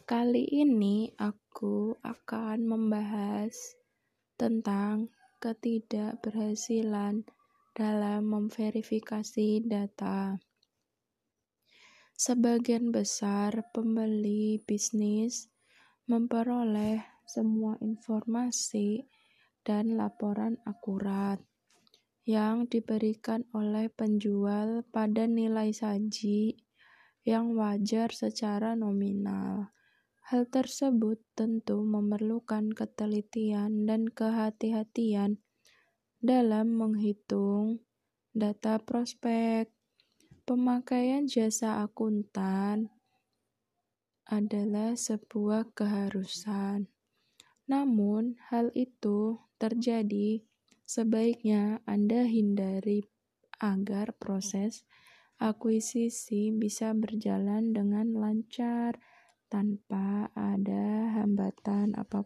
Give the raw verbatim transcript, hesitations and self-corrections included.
Kali ini aku akan membahas tentang ketidakberhasilan dalam memverifikasi data. Sebagian besar pembeli bisnis memperoleh semua informasi dan laporan akurat yang diberikan oleh penjual pada nilai saji yang wajar secara nominal. Hal tersebut tentu memerlukan ketelitian dan kehati-hatian dalam menghitung data prospek. Pemakaian jasa akuntan adalah sebuah keharusan. Namun, hal itu terjadi sebaiknya Anda hindari agar proses akuisisi bisa berjalan dengan lancar tanpa ada hambatan apapun.